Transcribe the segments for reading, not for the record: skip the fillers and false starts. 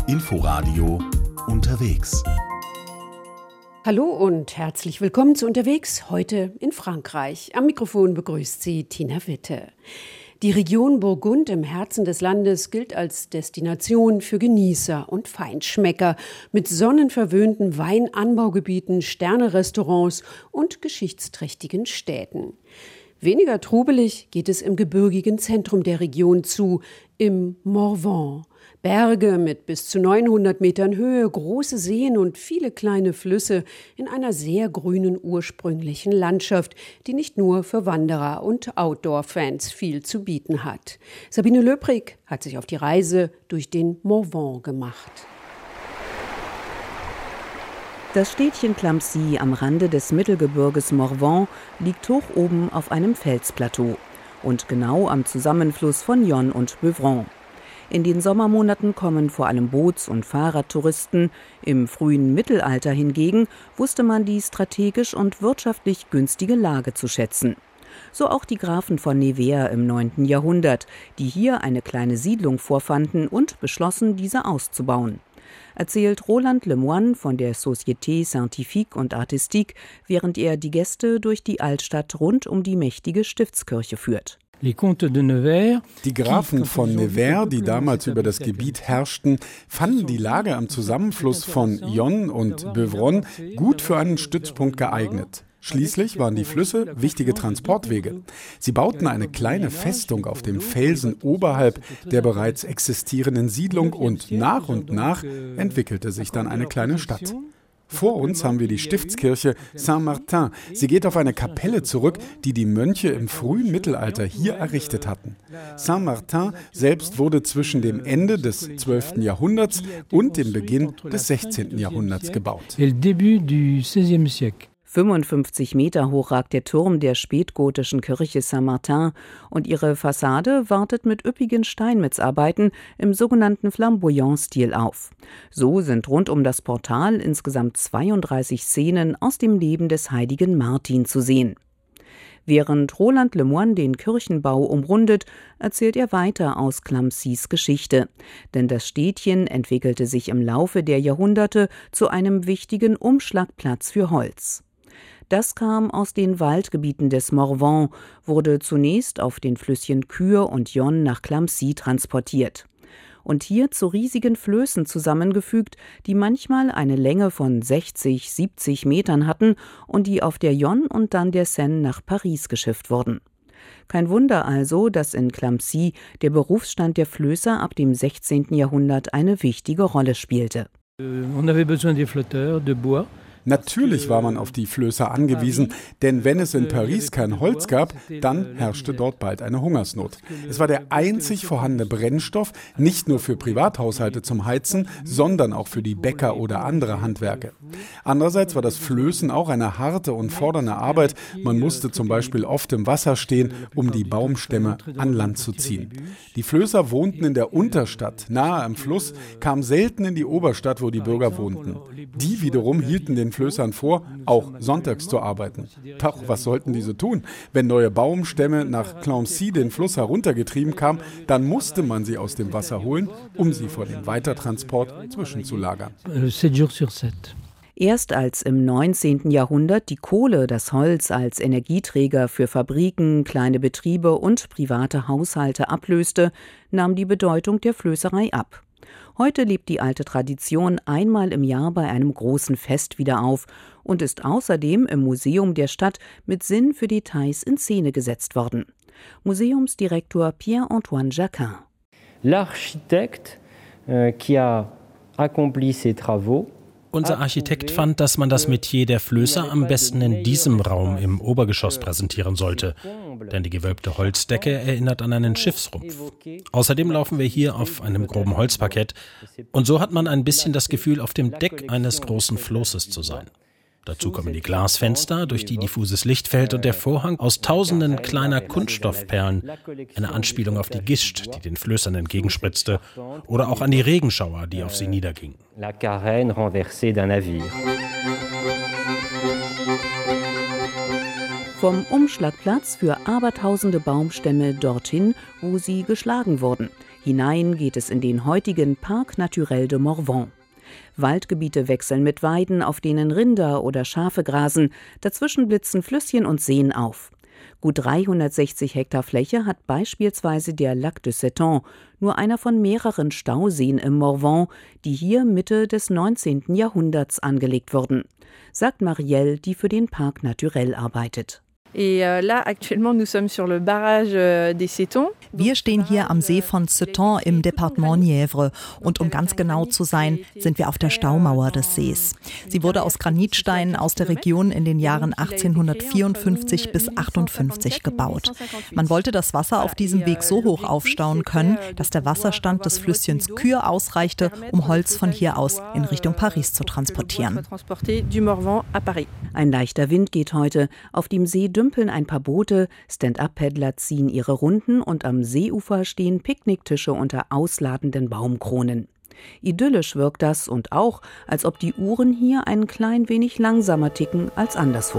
Inforadio unterwegs. Hallo und herzlich willkommen zu Unterwegs, heute in Frankreich. Am Mikrofon begrüßt Sie Tina Witte. Die Region Burgund im Herzen des Landes gilt als Destination für Genießer und Feinschmecker mit sonnenverwöhnten Weinanbaugebieten, Sterne-Restaurants und geschichtsträchtigen Städten. Weniger trubelig geht es im gebirgigen Zentrum der Region zu, im Morvan. Berge mit bis zu 900 Metern Höhe, große Seen und viele kleine Flüsse in einer sehr grünen ursprünglichen Landschaft, die nicht nur für Wanderer und Outdoor-Fans viel zu bieten hat. Sabine Löbrig hat sich auf die Reise durch den Morvan gemacht. Das Städtchen Clamecy am Rande des Mittelgebirges Morvan liegt hoch oben auf einem Felsplateau und genau am Zusammenfluss von Yonne und Beuvron. In den Sommermonaten kommen vor allem Boots- und Fahrradtouristen. Im frühen Mittelalter hingegen wusste man die strategisch und wirtschaftlich günstige Lage zu schätzen. So auch die Grafen von Nevers im 9. Jahrhundert, die hier eine kleine Siedlung vorfanden und beschlossen, diese auszubauen. Erzählt Roland Lemoine von der Société Scientifique und Artistique, während er die Gäste durch die Altstadt rund um die mächtige Stiftskirche führt. Die Grafen von Nevers, die damals über das Gebiet herrschten, fanden die Lage am Zusammenfluss von Yonne und Beuvron gut für einen Stützpunkt geeignet. Schließlich waren die Flüsse wichtige Transportwege. Sie bauten eine kleine Festung auf dem Felsen oberhalb der bereits existierenden Siedlung und nach entwickelte sich dann eine kleine Stadt. Vor uns haben wir die Stiftskirche Saint-Martin. Sie geht auf eine Kapelle zurück, die die Mönche im frühen Mittelalter hier errichtet hatten. Saint-Martin selbst wurde zwischen dem Ende des 12. Jahrhunderts und dem Beginn des 16. Jahrhunderts gebaut. 55 Meter hoch ragt der Turm der spätgotischen Kirche Saint-Martin und ihre Fassade wartet mit üppigen Steinmetzarbeiten im sogenannten Flamboyant-Stil auf. So sind rund um das Portal insgesamt 32 Szenen aus dem Leben des heiligen Martin zu sehen. Während Roland Lemoine den Kirchenbau umrundet, erzählt er weiter aus Clamecys Geschichte. Denn das Städtchen entwickelte sich im Laufe der Jahrhunderte zu einem wichtigen Umschlagplatz für Holz. Das kam aus den Waldgebieten des Morvan, wurde zunächst auf den Flüsschen Kür und Yonne nach Clamecy transportiert. Und hier zu riesigen Flößen zusammengefügt, die manchmal eine Länge von 60, 70 Metern hatten und die auf der Yonne und dann der Seine nach Paris geschifft wurden. Kein Wunder also, dass in Clamecy der Berufsstand der Flößer ab dem 16. Jahrhundert eine wichtige Rolle spielte. On avait besoin des flotteurs de bois. Natürlich war man auf die Flößer angewiesen, denn wenn es in Paris kein Holz gab, dann herrschte dort bald eine Hungersnot. Es war der einzig vorhandene Brennstoff, nicht nur für Privathaushalte zum Heizen, sondern auch für die Bäcker oder andere Handwerke. Andererseits war das Flößen auch eine harte und fordernde Arbeit. Man musste zum Beispiel oft im Wasser stehen, um die Baumstämme an Land zu ziehen. Die Flößer wohnten in der Unterstadt, nahe am Fluss, kamen selten in die Oberstadt, wo die Bürger wohnten. Die wiederum hielten den Flößern vor, auch sonntags zu arbeiten. Doch was sollten diese tun? Wenn neue Baumstämme nach Clamecy den Fluss heruntergetrieben kamen, dann musste man sie aus dem Wasser holen, um sie vor dem Weitertransport zwischenzulagern. 7 jours sur 7. Erst als im 19. Jahrhundert die Kohle das Holz als Energieträger für Fabriken, kleine Betriebe und private Haushalte ablöste, nahm die Bedeutung der Flößerei ab. Heute lebt die alte Tradition einmal im Jahr bei einem großen Fest wieder auf und ist außerdem im Museum der Stadt mit Sinn für Details in Szene gesetzt worden. Museumsdirektor Pierre-Antoine Jacquin. L'architecte qui a accompli ces travaux. Unser Architekt fand, dass man das Metier der Flößer am besten in diesem Raum im Obergeschoss präsentieren sollte, denn die gewölbte Holzdecke erinnert an einen Schiffsrumpf. Außerdem laufen wir hier auf einem groben Holzparkett und so hat man ein bisschen das Gefühl, auf dem Deck eines großen Flosses zu sein. Dazu kommen die Glasfenster, durch die diffuses Licht fällt und der Vorhang aus tausenden kleiner Kunststoffperlen, eine Anspielung auf die Gischt, die den Flößern entgegenspritzte, oder auch an die Regenschauer, die auf sie niedergingen. La carène renversée d'un navire. Vom Umschlagplatz für abertausende Baumstämme dorthin, wo sie geschlagen wurden. Hinein geht es in den heutigen Parc Naturel de Morvan. Waldgebiete wechseln mit Weiden, auf denen Rinder oder Schafe grasen, dazwischen blitzen Flüsschen und Seen auf. Gut 360 Hektar Fläche hat beispielsweise der Lac de Seton, nur einer von mehreren Stauseen im Morvan, die hier Mitte des 19. Jahrhunderts angelegt wurden, sagt Marielle, die für den Parc Naturel arbeitet. Wir stehen hier am See von Seton im Departement Nièvre und um ganz genau zu sein, sind wir auf der Staumauer des Sees. Sie wurde aus Granitsteinen aus der Region in den Jahren 1854 bis 1858 gebaut. Man wollte das Wasser auf diesem Weg so hoch aufstauen können, dass der Wasserstand des Flüsschens Kür ausreichte, um Holz von hier aus in Richtung Paris zu transportieren. Ein leichter Wind geht heute. Auf dem See dümpeln ein paar Boote, Stand-up-Paddler ziehen ihre Runden und am Seeufer stehen Picknicktische unter ausladenden Baumkronen. Idyllisch wirkt das und auch, als ob die Uhren hier ein klein wenig langsamer ticken als anderswo.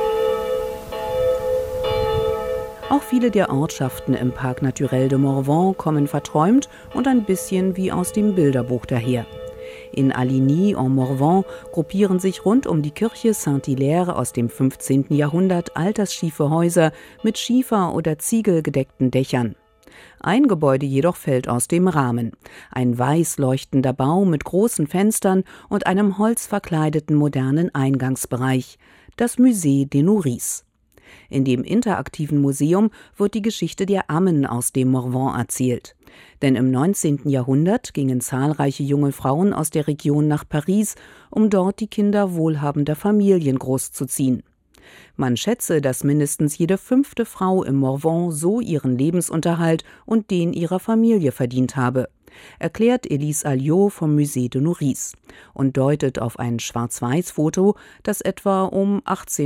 Auch viele der Ortschaften im Parc Naturel de Morvan kommen verträumt und ein bisschen wie aus dem Bilderbuch daher. In Aligny en Morvan gruppieren sich rund um die Kirche Saint-Hilaire aus dem 15. Jahrhundert altersschiefe Häuser mit Schiefer- oder ziegelgedeckten Dächern. Ein Gebäude jedoch fällt aus dem Rahmen. Ein weiß leuchtender Bau mit großen Fenstern und einem holzverkleideten modernen Eingangsbereich, das Musée des Nourrices. In dem interaktiven Museum wird die Geschichte der Ammen aus dem Morvan erzählt. Denn im 19. Jahrhundert gingen zahlreiche junge Frauen aus der Region nach Paris, um dort die Kinder wohlhabender Familien großzuziehen. Man schätze, dass mindestens jede 5. Frau im Morvan so ihren Lebensunterhalt und den ihrer Familie verdient habe, erklärt Elise Alliot vom Musée des Nourrices und deutet auf ein Schwarz-Weiß-Foto, das etwa um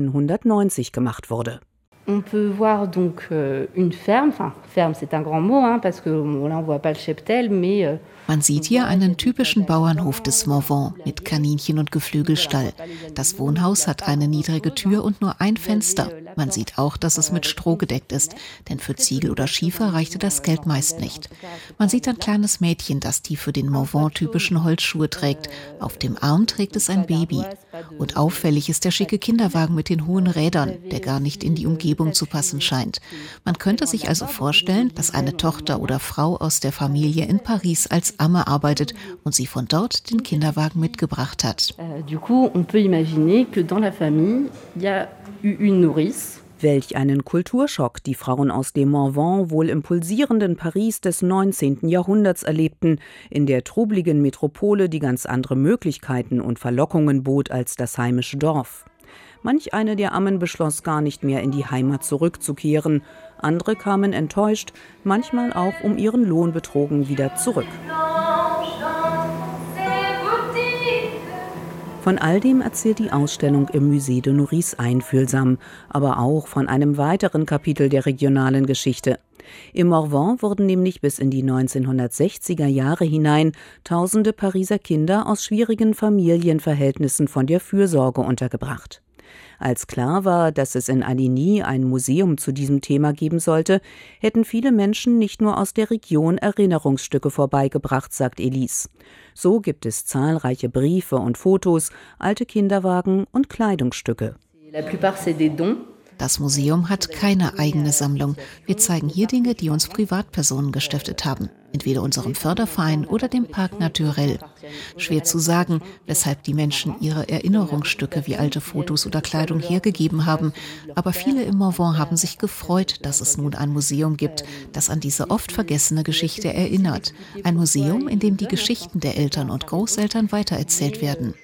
1890 gemacht wurde. On peut voir donc une ferme, enfin ferme c'est un grand mot, parce que là on voit pas le cheptel, mais Man sieht hier einen typischen Bauernhof des Morvan mit Kaninchen und Geflügelstall. Das Wohnhaus hat eine niedrige Tür und nur ein Fenster. Man sieht auch, dass es mit Stroh gedeckt ist, denn für Ziegel oder Schiefer reichte das Geld meist nicht. Man sieht ein kleines Mädchen, das die für den Morvan-typischen Holzschuhe trägt. Auf dem Arm trägt es ein Baby. Und auffällig ist der schicke Kinderwagen mit den hohen Rädern, der gar nicht in die Umgebung zu passen scheint. Man könnte sich also vorstellen, dass eine Tochter oder Frau aus der Familie in Paris als Amme arbeitet und sie von dort den Kinderwagen mitgebracht hat. Du coup, on peut imaginer que dans la famille, il y a eu une nourrice. Welch einen Kulturschock die Frauen aus dem Morvan wohl im pulsierenden Paris des 19. Jahrhunderts erlebten, in der trubligen Metropole, die ganz andere Möglichkeiten und Verlockungen bot als das heimische Dorf. Manch eine der Ammen beschloss gar nicht mehr in die Heimat zurückzukehren. Andere kamen enttäuscht, manchmal auch um ihren Lohn betrogen wieder zurück. Von all dem erzählt die Ausstellung im Musée des Nourrices einfühlsam, aber auch von einem weiteren Kapitel der regionalen Geschichte. Im Morvan wurden nämlich bis in die 1960er Jahre hinein tausende Pariser Kinder aus schwierigen Familienverhältnissen von der Fürsorge untergebracht. Als klar war, dass es in Aligny ein Museum zu diesem Thema geben sollte, hätten viele Menschen nicht nur aus der Region Erinnerungsstücke vorbeigebracht, sagt Elise. So gibt es zahlreiche Briefe und Fotos, alte Kinderwagen und Kleidungsstücke. Das Museum hat keine eigene Sammlung. Wir zeigen hier Dinge, die uns Privatpersonen gestiftet haben. Entweder unserem Förderverein oder dem Parc Naturel. Schwer zu sagen, weshalb die Menschen ihre Erinnerungsstücke wie alte Fotos oder Kleidung hergegeben haben. Aber viele im Morvan haben sich gefreut, dass es nun ein Museum gibt, das an diese oft vergessene Geschichte erinnert. Ein Museum, in dem die Geschichten der Eltern und Großeltern weitererzählt werden.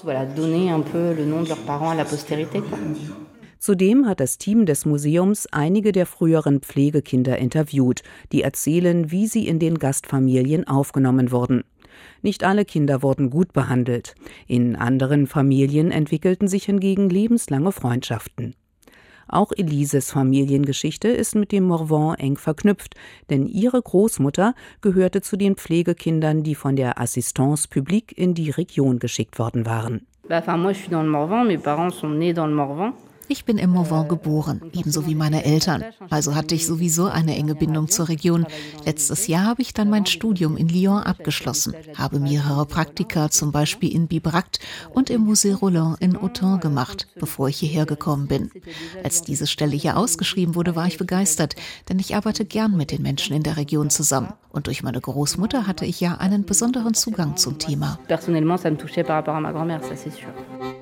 Zudem hat das Team des Museums einige der früheren Pflegekinder interviewt, die erzählen, wie sie in den Gastfamilien aufgenommen wurden. Nicht alle Kinder wurden gut behandelt. In anderen Familien entwickelten sich hingegen lebenslange Freundschaften. Auch Elises Familiengeschichte ist mit dem Morvan eng verknüpft, denn ihre Großmutter gehörte zu den Pflegekindern, die von der Assistance Publique in die Region geschickt worden waren. Moi, je suis dans le Morvan, mes parents sont nés dans le Morvan. Ich bin im Morvan geboren, ebenso wie meine Eltern. Also hatte ich sowieso eine enge Bindung zur Region. Letztes Jahr habe ich dann mein Studium in Lyon abgeschlossen, habe mehrere Praktika, zum Beispiel in Bibracte und im Musée Roland in Autun gemacht, bevor ich hierher gekommen bin. Als diese Stelle hier ausgeschrieben wurde, war ich begeistert, denn ich arbeite gern mit den Menschen in der Region zusammen. Und durch meine Großmutter hatte ich ja einen besonderen Zugang zum Thema. Personnellement, ça me touchait par rapport à ma grand-mère, ça c'est sûr.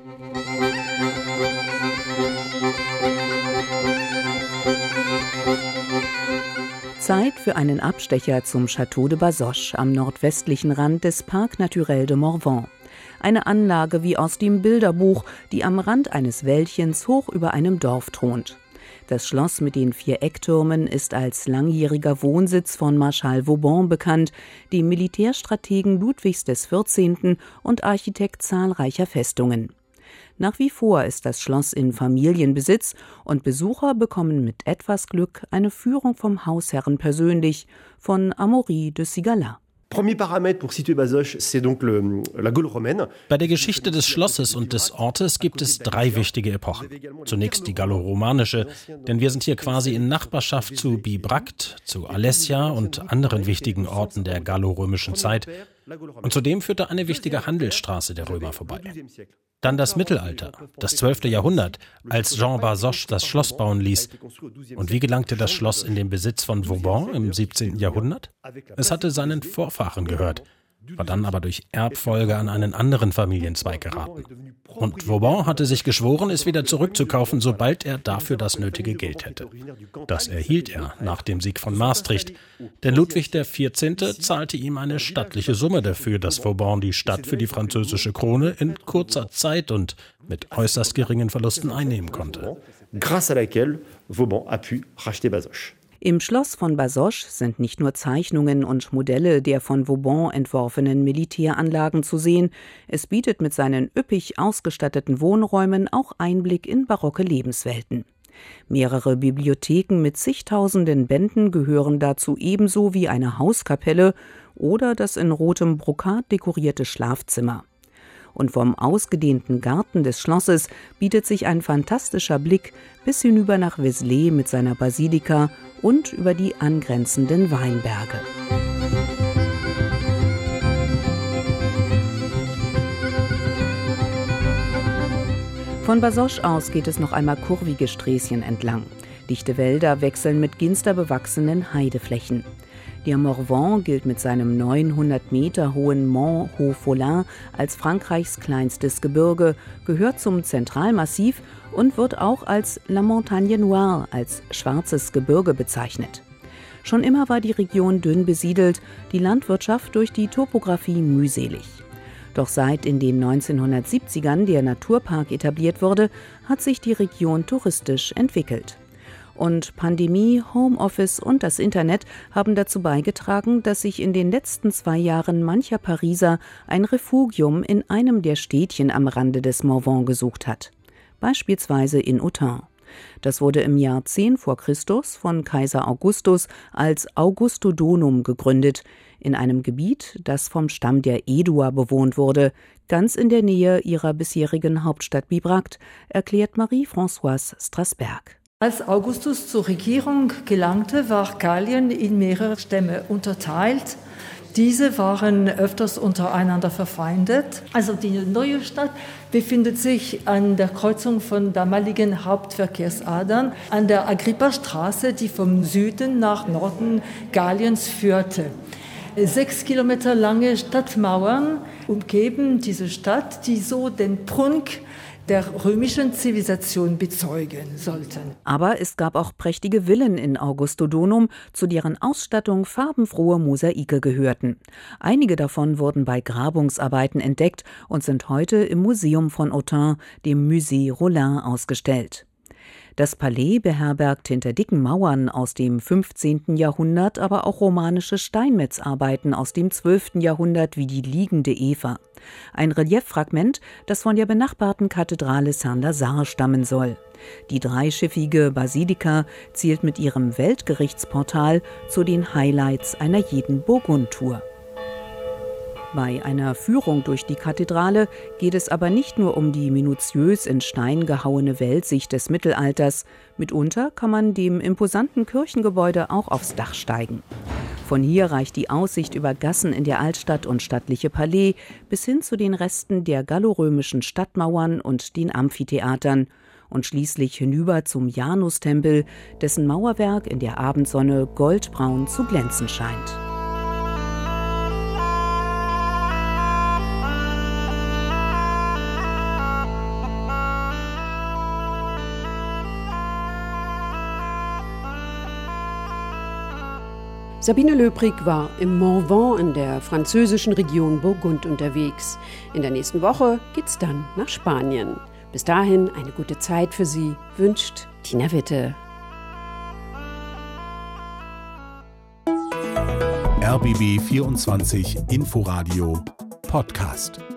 Zeit für einen Abstecher zum Château de Bazoches am nordwestlichen Rand des Parc Naturel de Morvan. Eine Anlage wie aus dem Bilderbuch, die am Rand eines Wäldchens hoch über einem Dorf thront. Das Schloss mit den 4 Ecktürmen ist als langjähriger Wohnsitz von Marschall Vauban bekannt, dem Militärstrategen Ludwigs XIV. Und Architekt zahlreicher Festungen. Nach wie vor ist das Schloss in Familienbesitz und Besucher bekommen mit etwas Glück eine Führung vom Hausherren persönlich, von Amaury de Sigala. Bei der Geschichte des Schlosses und des Ortes gibt es 3 wichtige Epochen. Zunächst die galloromanische, denn wir sind hier quasi in Nachbarschaft zu Bibracte, zu Alessia und anderen wichtigen Orten der gallorömischen Zeit. Und zudem führte eine wichtige Handelsstraße der Römer vorbei. Dann das Mittelalter, das 12. Jahrhundert, als Jean Bazoches das Schloss bauen ließ. Und wie gelangte das Schloss in den Besitz von Vauban im 17. Jahrhundert? Es hatte seinen Vorfahren gehört, war dann aber durch Erbfolge an einen anderen Familienzweig geraten. Und Vauban hatte sich geschworen, es wieder zurückzukaufen, sobald er dafür das nötige Geld hätte. Das erhielt er nach dem Sieg von Maastricht, denn Ludwig XIV. Zahlte ihm eine stattliche Summe dafür, dass Vauban die Stadt für die französische Krone in kurzer Zeit und mit äußerst geringen Verlusten einnehmen konnte. Grâce à laquelle Vauban a pu racheter Bazoches. Im Schloss von Bazoches sind nicht nur Zeichnungen und Modelle der von Vauban entworfenen Militäranlagen zu sehen, es bietet mit seinen üppig ausgestatteten Wohnräumen auch Einblick in barocke Lebenswelten. Mehrere Bibliotheken mit zigtausenden Bänden gehören dazu, ebenso wie eine Hauskapelle oder das in rotem Brokat dekorierte Schlafzimmer. Und vom ausgedehnten Garten des Schlosses bietet sich ein fantastischer Blick bis hinüber nach Vézelay mit seiner Basilika und über die angrenzenden Weinberge. Von Bazoches aus geht es noch einmal kurvige Sträßchen entlang. Dichte Wälder wechseln mit ginsterbewachsenen Heideflächen. Der Morvan gilt mit seinem 900 Meter hohen Mont Haut-Follin als Frankreichs kleinstes Gebirge, gehört zum Zentralmassiv und wird auch als La Montagne Noire, als schwarzes Gebirge bezeichnet. Schon immer war die Region dünn besiedelt, die Landwirtschaft durch die Topographie mühselig. Doch seit in den 1970ern der Naturpark etabliert wurde, hat sich die Region touristisch entwickelt. Und Pandemie, Homeoffice und das Internet haben dazu beigetragen, dass sich in den letzten 2 Jahren mancher Pariser ein Refugium in einem der Städtchen am Rande des Morvan gesucht hat. Beispielsweise in Autun. Das wurde im Jahr 10 vor Christus von Kaiser Augustus als Augustodonum gegründet, in einem Gebiet, das vom Stamm der Eduer bewohnt wurde, ganz in der Nähe ihrer bisherigen Hauptstadt Bibracte, erklärt Marie-Françoise Strasberg. Als Augustus zur Regierung gelangte, war Gallien in mehrere Stämme unterteilt. Diese waren öfters untereinander verfeindet. Also die neue Stadt befindet sich an der Kreuzung von damaligen Hauptverkehrsadern, an der Agrippa-Straße, die vom Süden nach Norden Galliens führte. 6 Kilometer lange Stadtmauern umgeben diese Stadt, die so den Prunk der römischen Zivilisation bezeugen sollten. Aber es gab auch prächtige Villen in Augustodonum, zu deren Ausstattung farbenfrohe Mosaike gehörten. Einige davon wurden bei Grabungsarbeiten entdeckt und sind heute im Museum von Autun, dem Musée Rollin, ausgestellt. Das Palais beherbergt hinter dicken Mauern aus dem 15. Jahrhundert aber auch romanische Steinmetzarbeiten aus dem 12. Jahrhundert wie die Liegende Eva. Ein Relieffragment, das von der benachbarten Kathedrale Saint-Lazare stammen soll. Die dreischiffige Basilika zählt mit ihrem Weltgerichtsportal zu den Highlights einer jeden Burgund-Tour. Bei einer Führung durch die Kathedrale geht es aber nicht nur um die minutiös in Stein gehauene Weltsicht des Mittelalters. Mitunter kann man dem imposanten Kirchengebäude auch aufs Dach steigen. Von hier reicht die Aussicht über Gassen in der Altstadt und stattliche Palais bis hin zu den Resten der gallorömischen Stadtmauern und den Amphitheatern und schließlich hinüber zum Janustempel, dessen Mauerwerk in der Abendsonne goldbraun zu glänzen scheint. Sabine Löbrig war im Morvan in der französischen Region Burgund unterwegs. In der nächsten Woche geht's dann nach Spanien. Bis dahin eine gute Zeit für Sie, wünscht Tina Witte. RBB 24 Inforadio Podcast.